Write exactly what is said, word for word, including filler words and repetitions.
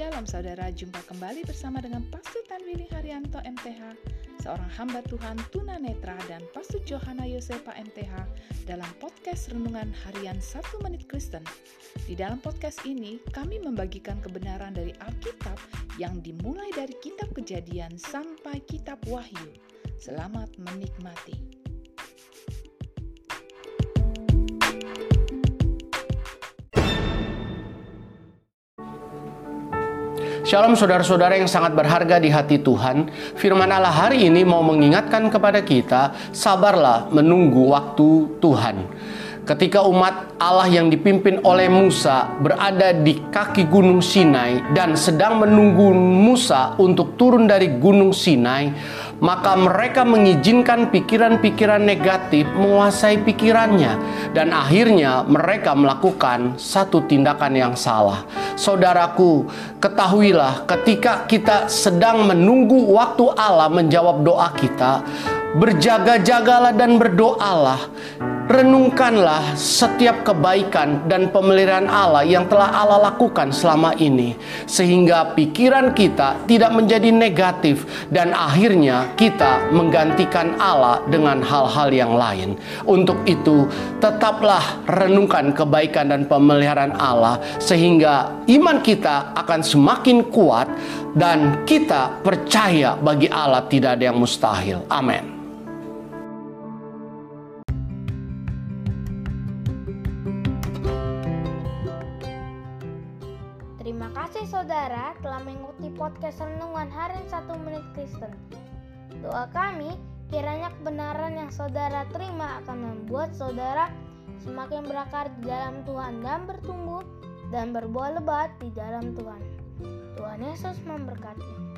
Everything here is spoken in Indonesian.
Shalom saudara, jumpa kembali bersama dengan Pastor Tanwili Haryanto M T H, seorang hamba Tuhan tunanetra, dan Pastor Johana Yosepa M T H dalam podcast Renungan Harian satu Menit Kristen. Di dalam podcast ini, kami membagikan kebenaran dari Alkitab yang dimulai dari Kitab Kejadian sampai Kitab Wahyu. Selamat menikmati. Shalom saudara-saudara yang sangat berharga di hati Tuhan. Firman Allah hari ini mau mengingatkan kepada kita, sabarlah menunggu waktu Tuhan. Ketika umat Allah yang dipimpin oleh Musa berada di kaki Gunung Sinai dan sedang menunggu Musa untuk turun dari Gunung Sinai, maka mereka mengizinkan pikiran-pikiran negatif menguasai pikirannya, dan akhirnya mereka melakukan satu tindakan yang salah. Saudaraku, ketahuilah ketika kita sedang menunggu waktu Allah menjawab doa kita, berjaga-jagalah dan berdoalah. Renungkanlah setiap kebaikan dan pemeliharaan Allah yang telah Allah lakukan selama ini, sehingga pikiran kita tidak menjadi negatif dan akhirnya kita menggantikan Allah dengan hal-hal yang lain. Untuk itu, tetaplah renungkan kebaikan dan pemeliharaan Allah, sehingga iman kita akan semakin kuat dan kita percaya bagi Allah tidak ada yang mustahil. Amin. Terima kasih saudara telah mengikuti podcast Renungan Harian satu Menit Kristen. Doa kami, kiranya kebenaran yang saudara terima akan membuat saudara semakin berakar di dalam Tuhan dan bertumbuh dan berbuah lebat di dalam Tuhan. Tuhan Yesus memberkati.